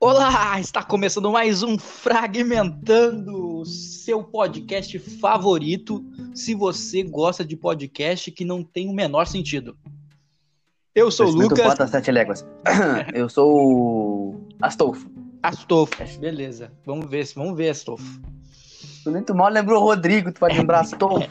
Olá, está começando mais um Fragmentando, seu podcast favorito, se você gosta de podcast que não tem o menor sentido. Eu sou o Lucas. Bota 7 léguas. Eu sou o Astolfo. Beleza. Vamos ver, Astolfo. Tu nem tu mal lembrou o Rodrigo, tu vai lembrar Astolfo.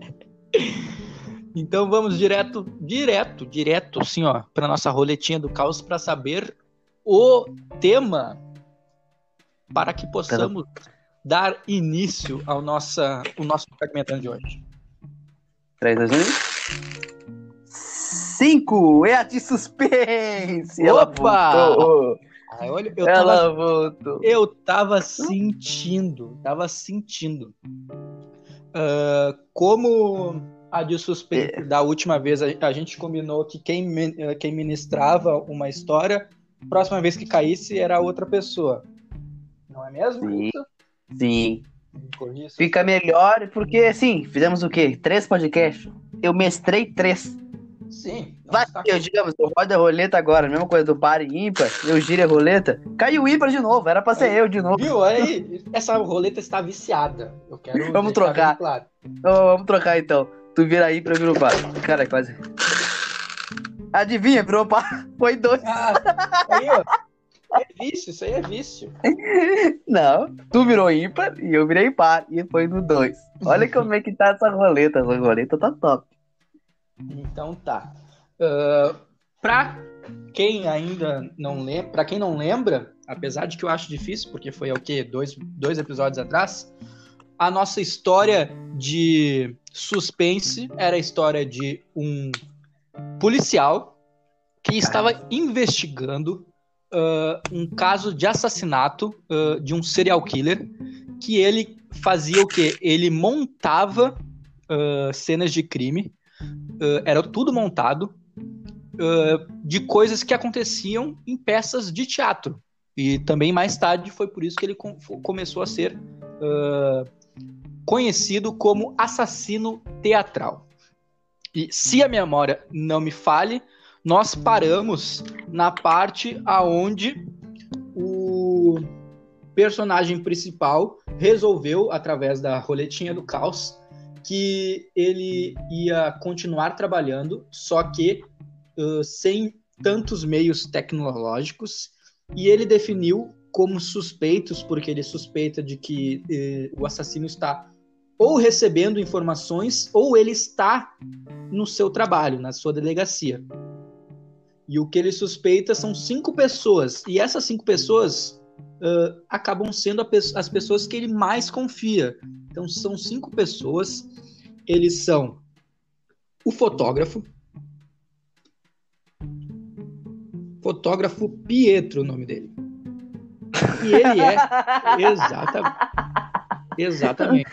Então vamos direto, assim, ó, para nossa roletinha do caos para saber o tema para que possamos dar início ao nosso fragmentando de hoje. 3, 2, 1. 5! É a de suspense! Opa! Ela voltou! Ela voltou! Eu tava sentindo. Como a de suspense da última vez, a gente combinou que quem ministrava uma história, próxima vez que caísse era outra pessoa. Não é mesmo? Sim. Fica melhor, porque assim, fizemos o quê? 3 podcasts? Eu mestrei 3. Sim. Vai, digamos, eu rodo a roleta agora, mesma coisa do par e ímpar, eu giro a roleta, caiu ímpar de novo, era pra ser eu de novo. Viu? Aí, essa roleta está viciada. Eu quero Vamos trocar. Claro. Vamos trocar então. Tu vira ímpar, eu viro par. Cara, quase. Adivinha, virou par. Foi 2. Aí, ó. Isso aí é vício. Não, tu virou ímpar e eu virei par, e foi no 2. Olha como é que tá essa roleta tá top. Então tá. Pra quem ainda não lembra, pra quem não lembra, apesar de que eu acho difícil, porque foi o quê? Dois episódios atrás, a nossa história de suspense era a história de um policial que estava investigando um caso de assassinato de um serial killer, que ele fazia o quê? Ele montava cenas de crime, era tudo montado, de coisas que aconteciam em peças de teatro. E também mais tarde foi por isso que ele começou a ser conhecido como assassino teatral. E se a memória não me falhe, nós paramos na parte aonde o personagem principal resolveu, através da roletinha do caos, que ele ia continuar trabalhando, só que sem tantos meios tecnológicos, e ele definiu como suspeitos, porque ele suspeita de que o assassino está ou recebendo informações, ou ele está no seu trabalho, na sua delegacia. E o que ele suspeita são 5 pessoas, e essas 5 pessoas acabam sendo as pessoas que ele mais confia. Então são 5 pessoas, eles são o fotógrafo Pietro, o nome dele. E ele é exatamente.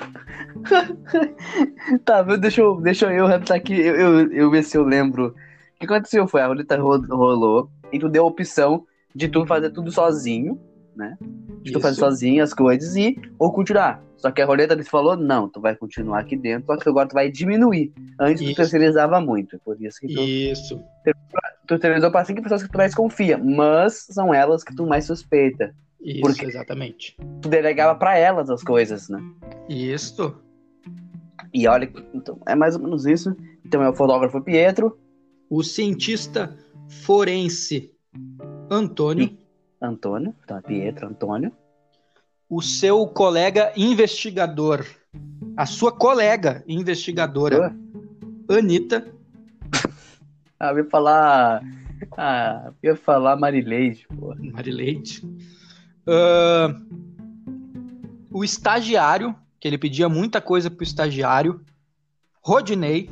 Tá, deixa eu repetir aqui, eu ver se eu lembro. O que aconteceu foi, a roleta rolou e tu deu a opção de tu fazer tudo sozinho, né? De tu fazer sozinho as coisas ou continuar. Só que a roleta disse falou, não, tu vai continuar aqui dentro, só que agora tu vai diminuir. Antes tu terceirizava muito, por isso que tu terceirizou para 5 pessoas que tu mais confia, mas são elas que tu mais suspeita. Isso, porque exatamente. Tu delegava para elas as coisas, né? Isso. E olha, então, é mais ou menos isso. Então é o fotógrafo Pietro, o cientista forense Antônio, então é Pietro, Antônio, o seu colega investigador, a sua colega investigadora, Anitta. Eu ia falar Marileide, pô. Marileide. O estagiário, que ele pedia muita coisa pro estagiário, Rodinei.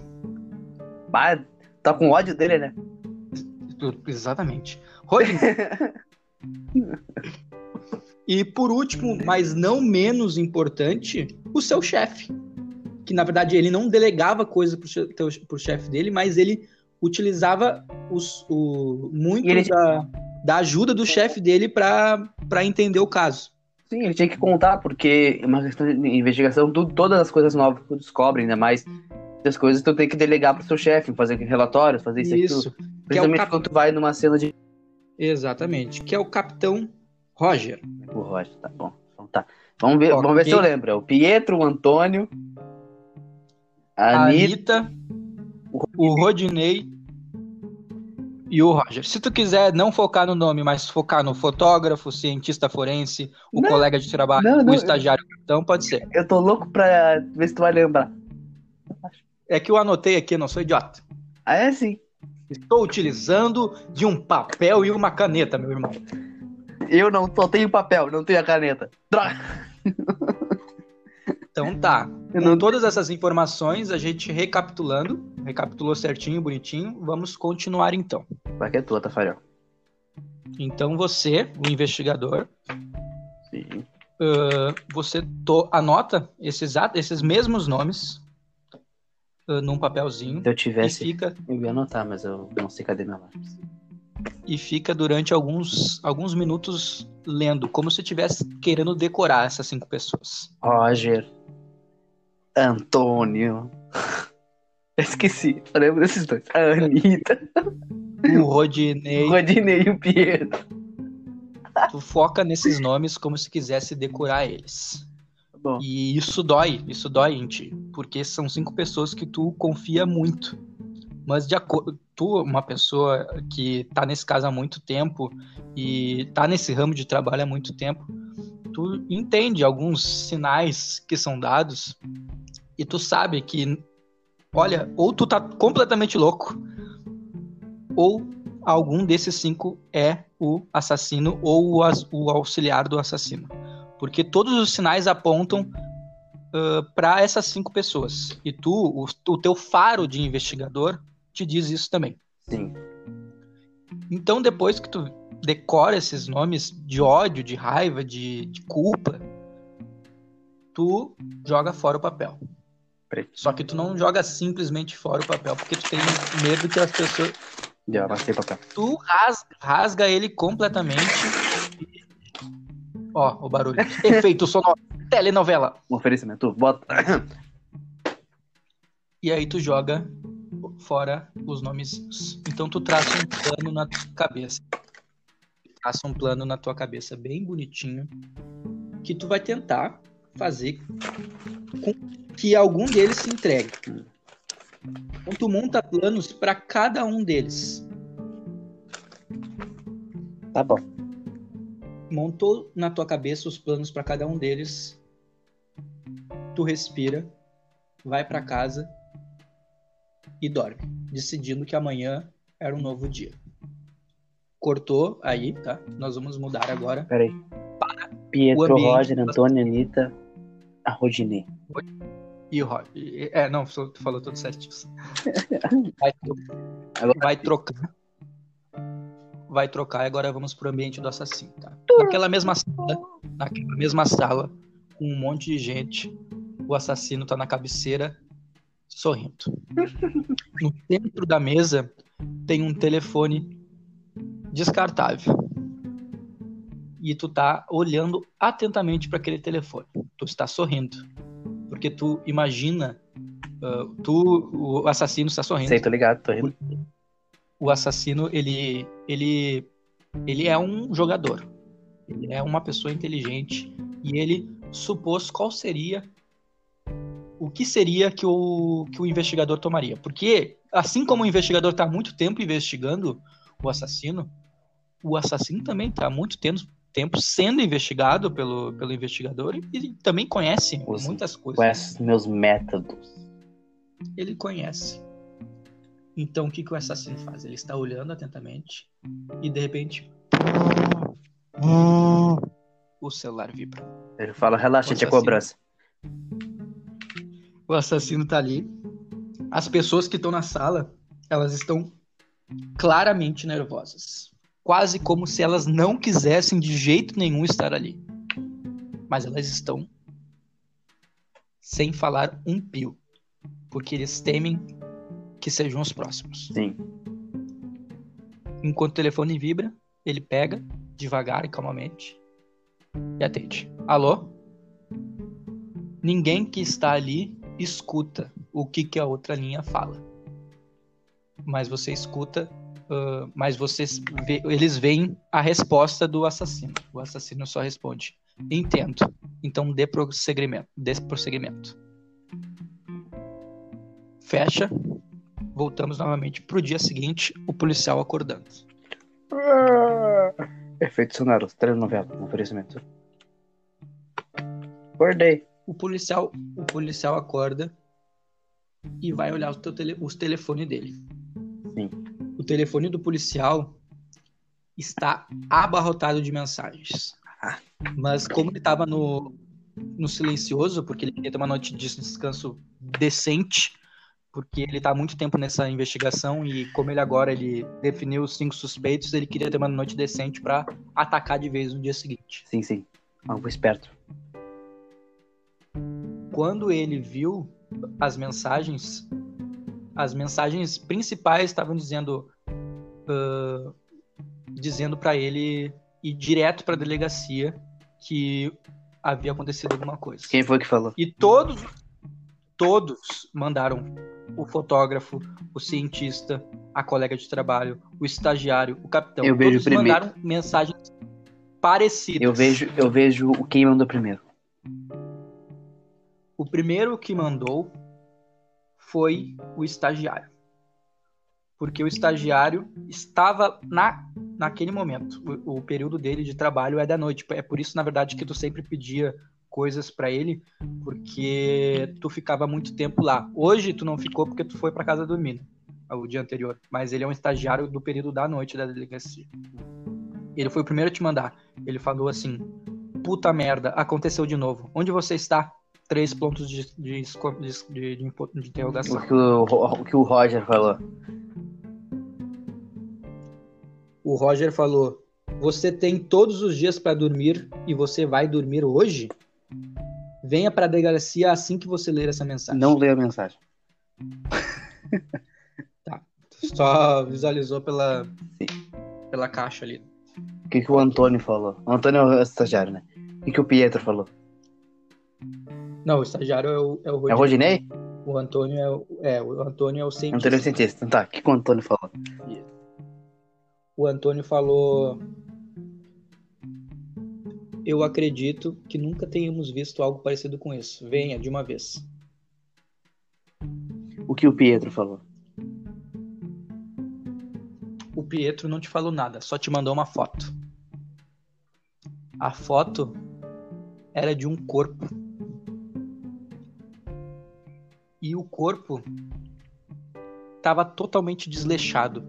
Tá com ódio dele, né? Exatamente. Rodinei. E por último, mas não menos importante, o seu chefe. Que na verdade ele não delegava coisa pro chefe dele, mas ele utilizava muito da ajuda do chefe dele para entender o caso. Sim, ele tinha que contar, porque é uma questão de investigação, todas as coisas novas que tu descobre, ainda mais das coisas tu tem que delegar pro seu chefe, fazer relatórios, fazer isso. Principalmente quando tu vai numa cena de... Exatamente, que é o capitão Roger. O Roger, tá bom. Então tá. Vamos ver Ok. se eu lembro. É o Pietro, o Antônio, a A Anitta. Anitta, o Rodinei e o Roger. Se tu quiser não focar no nome, mas focar no fotógrafo, cientista forense, o Não, colega de trabalho, não, o estagiário, então pode ser. eu tô louco pra ver se tu vai lembrar. É que eu anotei aqui, não sou idiota. Ah, é sim. Estou utilizando de um papel e uma caneta, meu irmão. Eu não só tenho papel, não tenho a caneta. Droga! Então tá. Eu Com não- todas essas informações, a gente recapitulou certinho, bonitinho. Vamos continuar então. Vai que é tua, Tafarel. Então você, o investigador, Sim. você anota esses mesmos nomes num papelzinho Se eu e tivesse, fica, eu ia anotar, mas eu não sei cadê meu lápis. durante alguns minutos lendo, como se estivesse querendo decorar essas 5 pessoas. Roger, Antônio. Esqueci, eu lembro desses dois. A Anitta, O o Rodinei, Rodinei e o Pietro. tu foca nesses nomes como se quisesse decorar eles. Tá bom. E isso dói em ti, porque são 5 pessoas que tu confia muito. Mas tu, uma pessoa que tá nesse caso há muito tempo e tá nesse ramo de trabalho há muito tempo, tu entende alguns sinais que são dados e tu sabe que, olha, ou tu tá completamente louco, ou algum desses 5 é o assassino ou o auxiliar do assassino. Porque todos os sinais apontam para essas 5 pessoas. E tu, o teu faro de investigador, te diz isso também. Sim. Então, depois que tu decora esses nomes de ódio, de raiva, de culpa, tu joga fora o papel. Só que tu não joga simplesmente fora o papel, porque tu tem medo que as pessoas... Já amassei papel. Tu rasga ele completamente. Ó, o barulho. Efeito sonoro. Telenovela. Um oferecimento, bota. E aí tu joga fora os nomes. Então tu traça um plano na tua cabeça. Traça um plano na tua cabeça bem bonitinho, que tu vai tentar fazer com que algum deles se entregue. Então tu monta planos para cada um deles. Tá bom. Montou na tua cabeça os planos para cada um deles. Tu respira, vai para casa e dorme, decidindo que amanhã era um novo dia. Cortou aí, tá? Nós vamos mudar agora. Peraí. Pietro, ambiente. Roger, Antônio, Anitta, a Rodinei. E o Roger. Não, tu falou tudo certinho. Vai trocar. Vai trocar e agora vamos pro ambiente do assassino, tá? Naquela mesma sala, com um monte de gente, o assassino tá na cabeceira, sorrindo. No centro da mesa tem um telefone descartável. E tu tá olhando atentamente para aquele telefone. Tu está sorrindo. Porque tu imagina, o assassino está sorrindo. Sei, tô ligado, tô rindo. O assassino, ele é um jogador. Ele é uma pessoa inteligente e ele supôs o que seria que o investigador tomaria. Porque, assim como o investigador está há muito tempo investigando o assassino também está há muito tempo sendo investigado pelo investigador e também conhece muitas coisas. Conhece meus métodos. Ele conhece. Então, o que o assassino faz? Ele está olhando atentamente e, de repente, o celular vibra. Ele fala, relaxa, tinha cobrança. O assassino tá ali. As pessoas que estão na sala, elas estão claramente nervosas. Quase como se elas não quisessem de jeito nenhum estar ali. Mas elas estão sem falar um pio. Porque eles temem que sejam os próximos. Sim. Enquanto o telefone vibra, ele pega, devagar e calmamente, e atende. Alô? Ninguém que está ali escuta o que a outra linha fala. Mas você escuta mas eles veem a resposta do assassino. O assassino só responde: entendo. Então dê prosseguimento. Fecha. Voltamos novamente pro dia seguinte, o policial acordando. Efeito sonoro, telenovela, um oferecimento. Acordei. O policial acorda e vai olhar os telefones dele. Sim. O telefone do policial está abarrotado de mensagens. Mas como ele estava no silencioso, porque ele queria ter uma noite de descanso decente, porque ele está há muito tempo nessa investigação e como ele definiu os 5 suspeitos, ele queria ter uma noite decente para atacar de vez no dia seguinte. Sim. Algo esperto. Quando ele viu as mensagens principais estavam dizendo para ele ir direto para a delegacia que havia acontecido alguma coisa. Quem foi que falou? E todos mandaram o fotógrafo, o cientista, a colega de trabalho, o estagiário, o capitão. Todos mandaram mensagens parecidas. Eu vejo quem mandou primeiro. O primeiro que mandou foi o estagiário. Porque o estagiário estava naquele momento. O período dele de trabalho é da noite. É por isso, na verdade, que tu sempre pedia coisas para ele, porque tu ficava muito tempo lá. Hoje tu não ficou porque tu foi para casa dormir, o dia anterior. Mas ele é um estagiário do período da noite da delegacia. Ele foi o primeiro a te mandar. Ele falou assim: puta merda, aconteceu de novo. Onde você está? 3 pontos de interrogação. O que o Roger falou? O Roger falou: você tem todos os dias para dormir e você vai dormir hoje? Venha para a delegacia assim que você ler essa mensagem. Não leia a mensagem. Tá. Só visualizou pela caixa ali. O que o Antônio falou? O Antônio é o estagiário, né? O que o Pietro falou? Não, o estagiário é o Rodinei. É o Rodinei? O Antônio o Antônio é o cientista. Antônio é o cientista. Tá, o que o Antônio falou? O Antônio falou: eu acredito que nunca tenhamos visto algo parecido com isso. Venha de uma vez. O que o Pietro falou? O Pietro não te falou nada, só te mandou uma foto. A foto era de um corpo. E o corpo estava totalmente desleixado.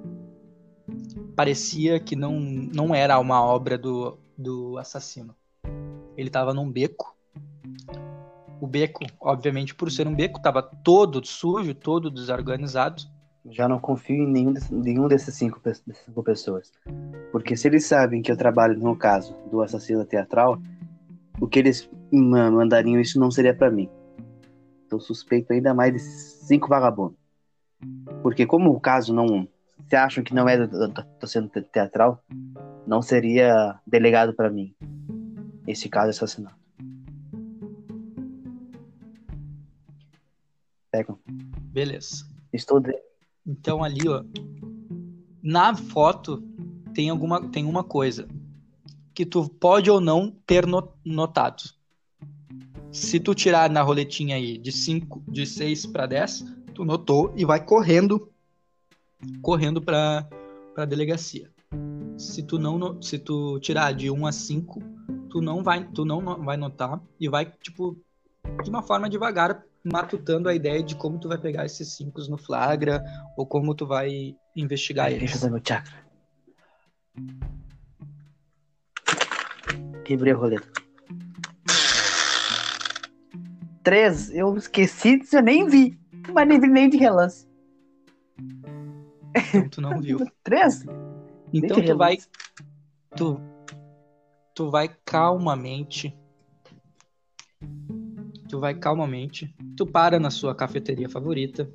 Parecia que não era uma obra do assassino. Ele estava num beco. O beco, obviamente, por ser um beco, estava todo sujo, todo desorganizado. Já não confio em nenhum dessas cinco pessoas. Porque se eles sabem que eu trabalho no caso do assassino teatral, o que eles mandariam isso não seria pra mim. Tô suspeito ainda mais desses 5 vagabundos. Porque como o caso não... Se acham que não é do sendo teatral, não seria delegado pra mim esse caso de assassinato. Pegam. Beleza. Então ali, ó, na foto tem uma coisa que tu pode ou não ter notado. Se tu tirar na roletinha aí de 6 para 10, tu notou e vai correndo para a delegacia. Se tu tirar de 1 a 5, tu não vai notar e vai, tipo, de uma forma devagar, matutando a ideia de como tu vai pegar esses 5 no flagra ou como tu vai investigar eles. Deixa eu fazer meu chakra. Quebrei a roleta. 3, eu esqueci disso, eu nem vi. Mas nem de relance. Então tu não viu. 3? Então tu vai calmamente. Tu para na sua cafeteria favorita.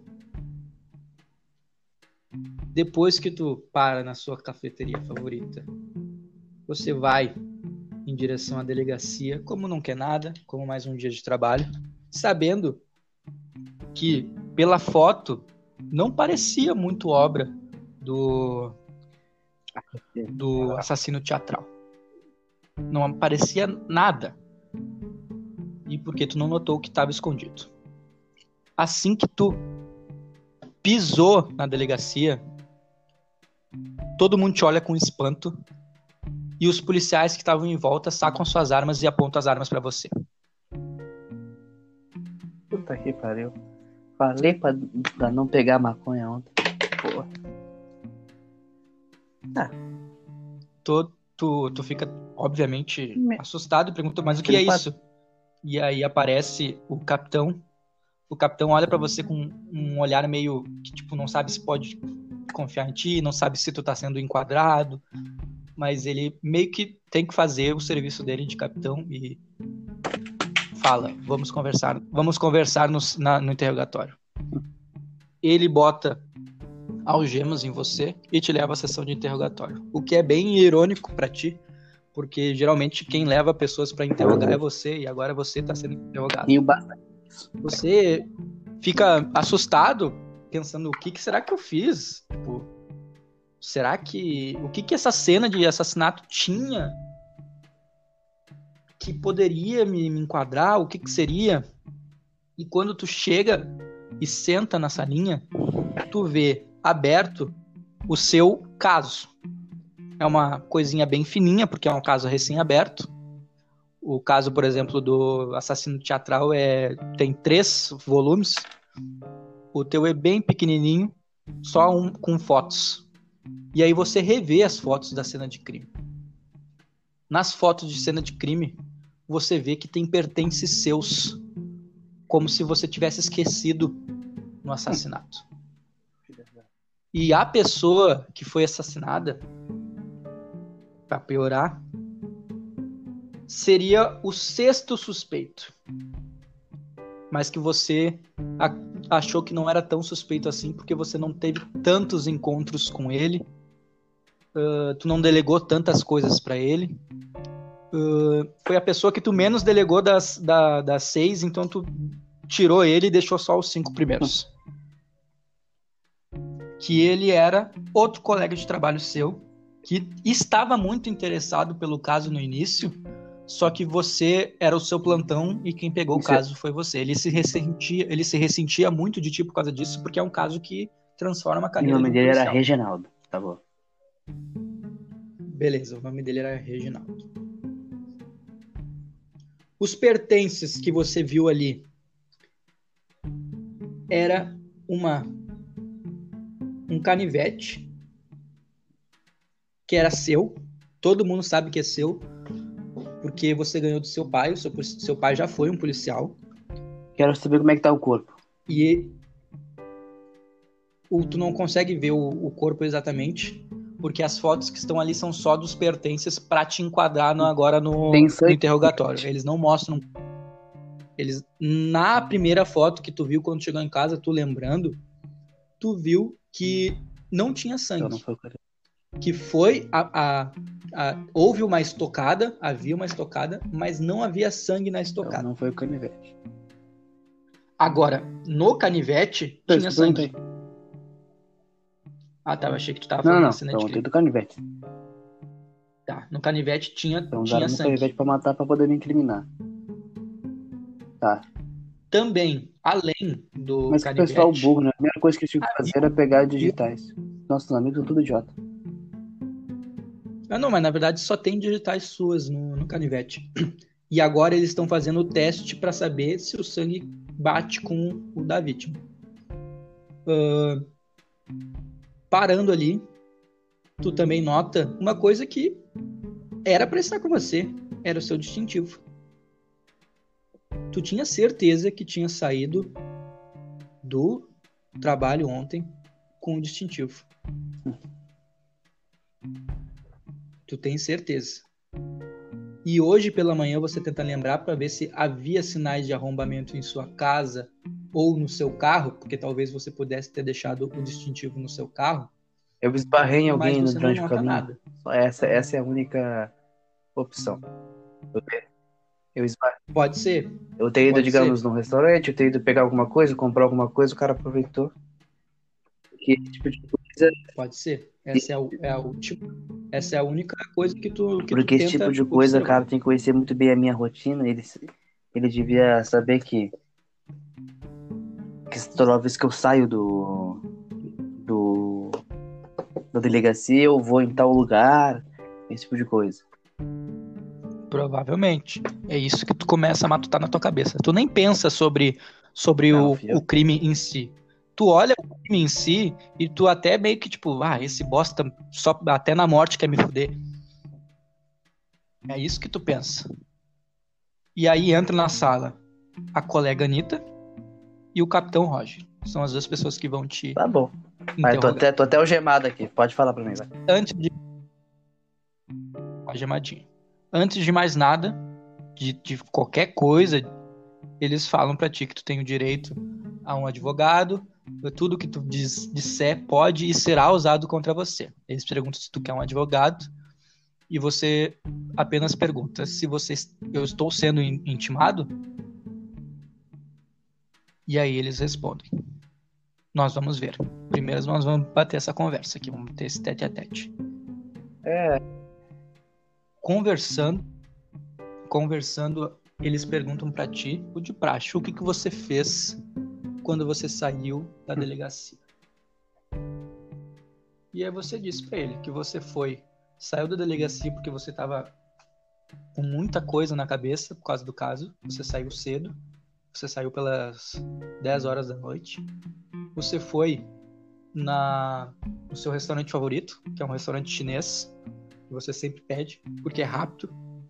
Depois que tu para na sua cafeteria favorita, você vai em direção à delegacia, como não quer nada, como mais um dia de trabalho, sabendo que pela foto não parecia muito obra do assassino teatral. Não aparecia nada. E porque tu não notou que estava escondido. Assim que tu pisou na delegacia, todo mundo te olha com espanto e os policiais que estavam em volta sacam suas armas e apontam as armas pra você. Puta que pariu. Falei pra não pegar maconha ontem. Porra. Tu fica, obviamente, assustado e pergunta, mas o que é isso? E aí aparece o capitão. O capitão olha pra você com um olhar meio que, tipo, não sabe se pode confiar em ti, não sabe se tu tá sendo enquadrado, mas ele meio que tem que fazer o serviço dele de capitão e fala, vamos conversar no interrogatório. Ele bota algemas em você e te leva à sessão de interrogatório, o que é bem irônico pra ti, porque geralmente quem leva pessoas pra interrogar é você, e agora você tá sendo interrogado. E o bastante. Você fica assustado, pensando, o que será que eu fiz? Tipo, será que... O que essa cena de assassinato tinha que poderia me enquadrar? O que seria? E quando tu chega e senta na salinha, tu vê aberto o seu caso. É uma coisinha bem fininha, porque é um caso recém-aberto. O caso, por exemplo, do assassino teatral tem 3 volumes. O teu é bem pequenininho, só um com fotos. E aí você revê as fotos da cena de crime. Nas fotos de cena de crime, você vê que tem pertences seus, como se você tivesse esquecido no assassinato. E a pessoa que foi assassinada, para piorar, seria o 6º suspeito. Mas que você achou que não era tão suspeito assim, porque você não teve tantos encontros com ele, tu não delegou tantas coisas para ele. Foi a pessoa que tu menos delegou das 6, então tu tirou ele e deixou só os 5 primeiros. Que ele era outro colega de trabalho seu, que estava muito interessado pelo caso no início, só que você era o seu plantão e quem pegou o caso foi você. Ele se ressentia muito de ti por causa disso, porque é um caso que transforma a carreira de um policial. O nome dele era Reginaldo, tá bom. Beleza, o nome dele era Reginaldo. Os pertences que você viu ali era um canivete que era seu. Todo mundo sabe que é seu, porque você ganhou do seu pai. O seu pai já foi um policial. Quero saber como é que tá o corpo. E tu não consegue ver o corpo exatamente, porque as fotos que estão ali são só dos pertences para te enquadrar agora no interrogatório. Eles não mostram. Na primeira foto que tu viu quando chegou em casa, tu lembrando, tu viu que não tinha sangue. Então não foi o cara. Que foi houve uma estocada, havia uma estocada, mas não havia sangue na estocada. Então não foi o canivete. Agora, no canivete tinha sangue. Ah, tá, eu achei que tu tava falando da cena de crime. Do canivete. Tá, no canivete tinha então, sangue. No canivete pra matar, pra poder me incriminar. Tá. Também, além do mas canivete... Mas o pessoal burro, né? A primeira coisa que eles tinham que fazer era pegar digitais. Nossos amigos são tudo idiota. Não, mas na verdade só tem digitais suas no canivete. E agora eles estão fazendo o teste para saber se o sangue bate com o da vítima. Parando ali, tu também nota uma coisa que era para estar com você. Era o seu distintivo. Tu tinha certeza que tinha saído do trabalho ontem com o distintivo. Tu tem certeza. E hoje pela manhã você tenta lembrar para ver se havia sinais de arrombamento em sua casa ou no seu carro, porque talvez você pudesse ter deixado o distintivo no seu carro. Eu esbarrei em alguém durante o caminho. Nada. Essa é a única opção. Eu esbarrei. Pode ser. Eu tenho ido, digamos, num restaurante, eu tenho ido pegar alguma coisa, comprar alguma coisa, o cara aproveitou. Que esse tipo de coisa Pode ser. Essa é a última. Essa é a única coisa que tu Porque esse tenta tipo de coisa, observar. cara, tem que conhecer muito bem a minha rotina. Ele devia saber que toda vez que eu saio do, da delegacia, eu vou em tal lugar, esse tipo de coisa. Provavelmente. É isso que tu começa a matutar na tua cabeça. Tu nem pensa sobre Não, o filho. crime em si. Tu olha o crime em si e tu até meio que tipo, esse bosta só até na morte quer me fuder. É isso que tu pensa. E aí entra na sala a colega Anitta e o capitão Roger. São as duas pessoas que vão te Tá bom. Mas interrogar. tô até algemado aqui. Pode falar pra mim, vai. Antes de... Algemadinho. Antes de mais nada, de qualquer coisa, eles falam pra ti que tu tem o direito a um advogado, tudo que tu disser pode e será usado contra você. Eles perguntam se tu quer um advogado e você apenas pergunta se eu estou sendo intimado, e aí eles respondem. Nós vamos ver. Primeiro nós vamos bater essa conversa aqui, vamos ter esse tete a tete. Conversando, eles perguntam pra ti, o de praxe, o que você fez quando você saiu da delegacia. E aí você disse pra ele que você saiu da delegacia porque você tava com muita coisa na cabeça por causa do caso, você saiu cedo, você saiu pelas 10 horas da noite, você foi no seu restaurante favorito, que é um restaurante chinês, que você sempre pede, porque é rápido.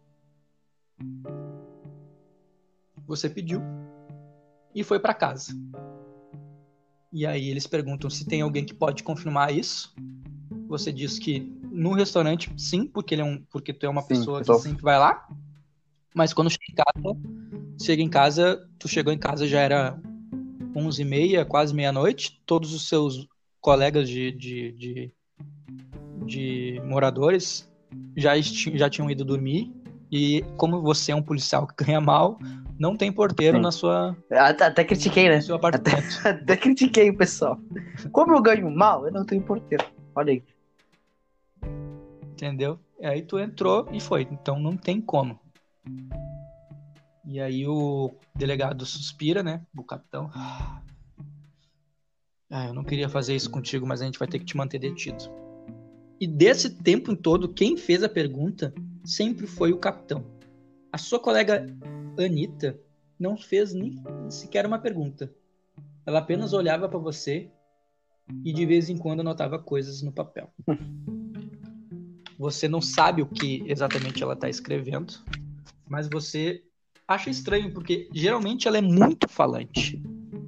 Você pediu e foi pra casa. E aí eles perguntam se tem alguém que pode confirmar isso. Você diz que no restaurante, sim, porque tu é uma pessoa que sempre vai lá. Mas quando chega em casa, tu chegou em casa, já era 11h30, quase meia-noite. Todos os seus colegas de moradores já tinham ido dormir. E como você é um policial que ganha mal, não tem porteiro na sua... Até critiquei, né? No seu apartamento. Até critiquei o pessoal. Como eu ganho mal, eu não tenho porteiro. Olha aí. Entendeu? Aí tu entrou e foi. Então não tem como. E aí o delegado suspira, né? O capitão. Eu não queria fazer isso contigo, mas a gente vai ter que te manter detido. E desse tempo todo, quem fez a pergunta sempre foi o capitão. A sua colega Anitta não fez nem sequer uma pergunta. Ela apenas olhava para você e de vez em quando anotava coisas no papel. Você não sabe o que exatamente ela está escrevendo, mas você acha estranho, porque geralmente ela é muito falante.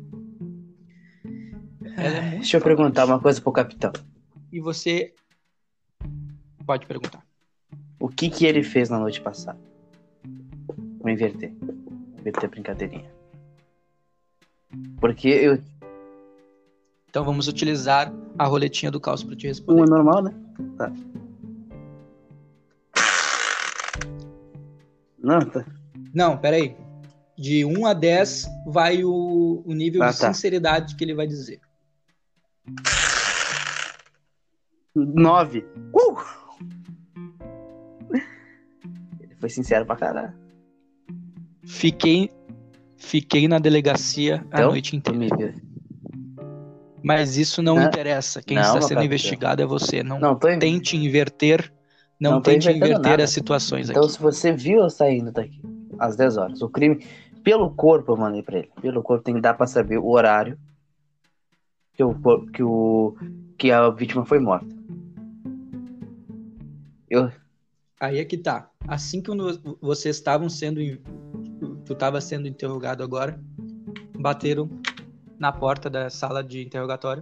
Deixa eu perguntar uma coisa pro capitão. E você pode perguntar. O que ele fez na noite passada? Vou inverter a brincadeirinha. Porque eu... Então vamos utilizar a roletinha do caos para te responder. Um é normal, né? Tá. Não, tá. Não, peraí. De 1 a 10 vai o nível de sinceridade que ele vai dizer. 9. Ele foi sincero pra caralho. Fiquei na delegacia a noite inteira. Mas isso não interessa. Quem está sendo investigado é você. Não tente inverter. Não tente inverter as situações aqui. Então, se você viu eu saindo daqui às 10 horas, o crime, pelo corpo eu mandei pra ele. Pelo corpo tem que dar pra saber o horário que a vítima foi morta. Aí é que tá. Assim que vocês estavam tu estava sendo interrogado agora, bateram na porta da sala de interrogatório.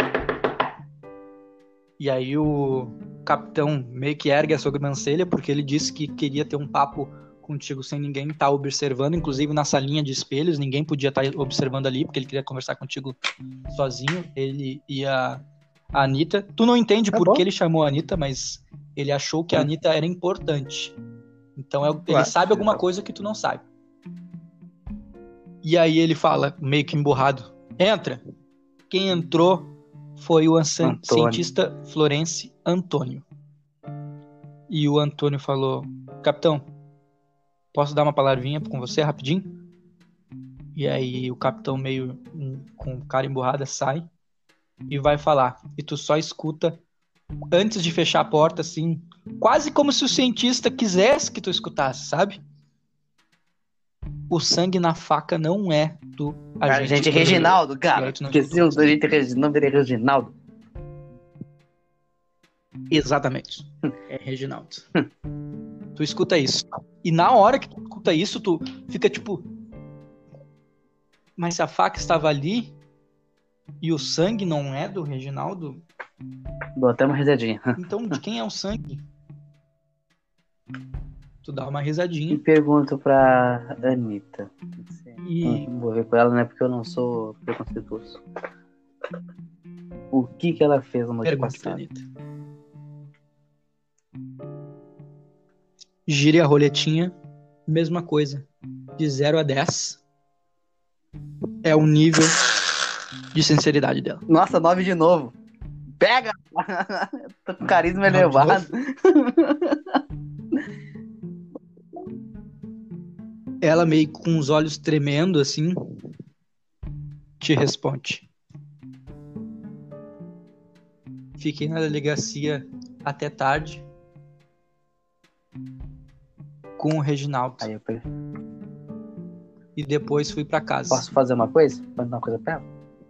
E aí o capitão meio que ergue a sobrancelha, porque ele disse que queria ter um papo contigo sem ninguém estar observando, inclusive na salinha de espelhos, ninguém podia estar observando ali, porque ele queria conversar contigo sozinho, ele e a Anitta. Tu não entende por que ele chamou a Anitta, mas ele achou que a Anitta era importante. Então ele sabe alguma coisa que tu não sabe. E aí ele fala, meio que emburrado, entra. Quem entrou foi o Antônio. cientista Florence Antônio. E o Antônio falou: capitão, posso dar uma palavrinha com você rapidinho? E aí o capitão, meio com cara emburrada, sai e vai falar. E tu só escuta, antes de fechar a porta, assim, quase como se o cientista quisesse que tu escutasse, sabe? O sangue na faca não é do Agente Reginaldo, cara. Esqueci o agente Reginaldo. O nome dele é Reginaldo. Exatamente. É Reginaldo. Tu escuta isso. E na hora que tu escuta isso, tu fica tipo... Mas se a faca estava ali e o sangue não é do Reginaldo, Dou até uma risadinha. então de quem é o sangue? Tu dá uma E risadinha. pergunto pra Anitta. E Não vou ver com ela, né? Porque eu não sou preconceituoso. O que ela fez no noite pergunta pra passada? Anitta. Gire a roletinha. Mesma coisa. De 0 a 10 é o nível de sinceridade dela. Nossa, 9 de novo. Pega! Tô com carisma 9 de elevado. Ela, meio com os olhos tremendo assim, te responde: fiquei na delegacia até tarde com o Reginaldo. Aí eu E depois fui pra casa. posso fazer uma coisa? Pode dar uma coisa pra ela?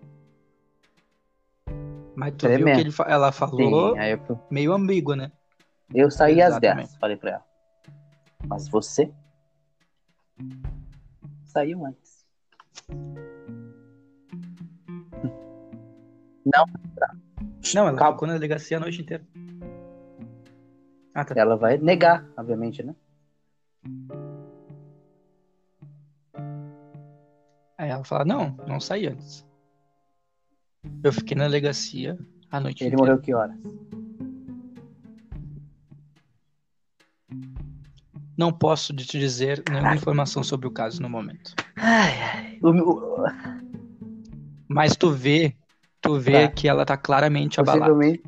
Mas tu viu Tremendo. que ela falou Sim, aí eu meio ambígua, né? saí às Exatamente. 10, falei pra ela. Mas você saiu antes. Não, Não, ela calma. ficou na delegacia a noite inteira. Ah, tá. Ela vai negar, obviamente, né? Aí ela fala: não saí antes. Eu fiquei na delegacia a noite Ele inteira. morreu que horas? Não posso te dizer nenhuma informação sobre o caso no momento. Ai. Mas tu vê Tá. que ela tá claramente abalada. Possivelmente.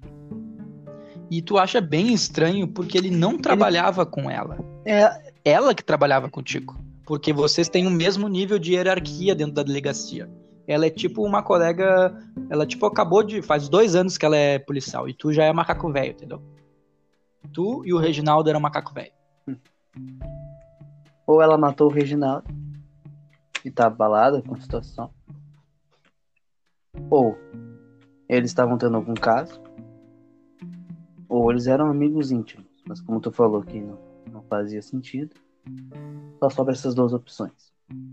E tu acha bem estranho porque ele não trabalhava com ela. É, Ela que trabalhava contigo. Porque vocês têm o mesmo nível de hierarquia dentro da delegacia. Ela é tipo uma colega... Ela tipo faz 2 anos que ela é policial. E tu já é macaco velho, entendeu? Tu e o Reginaldo eram macaco velho. ou ela matou o Reginaldo e tá abalada com a situação. Ou eles estavam tendo algum caso. Ou eles eram amigos íntimos. Mas como tu falou que não fazia sentido, só sobra essas 2 opções.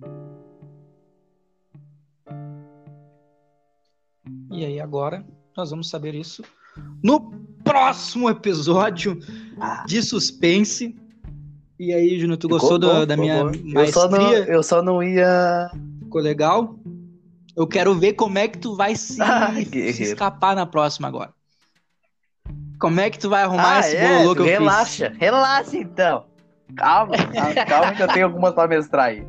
E aí agora nós vamos saber isso no próximo episódio de suspense. E aí, Juno, tu gostou da minha maestria? Eu só não ia... Ficou legal? Eu quero ver como é que tu vai se escapar na próxima agora. Como é que tu vai arrumar esse bololô que eu fiz? Relaxa então. Calma que eu tenho algumas pra mestrar aí.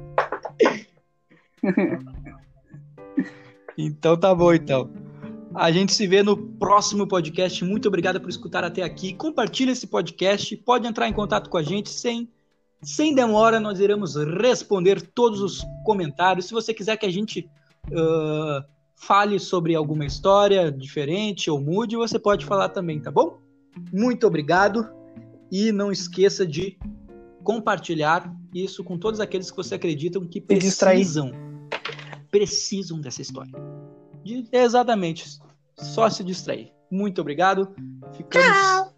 Então tá bom, então. A gente se vê no próximo podcast. Muito obrigado por escutar até aqui. Compartilha esse podcast. Pode entrar em contato com a gente sem demora. Nós iremos responder todos os comentários. Se você quiser que a gente fale sobre alguma história diferente ou mude, você pode falar também, tá bom? Muito obrigado. E não esqueça de compartilhar isso com todos aqueles que você acredita que precisam dessa história. Exatamente. Só se distrair. Muito obrigado. Ficamos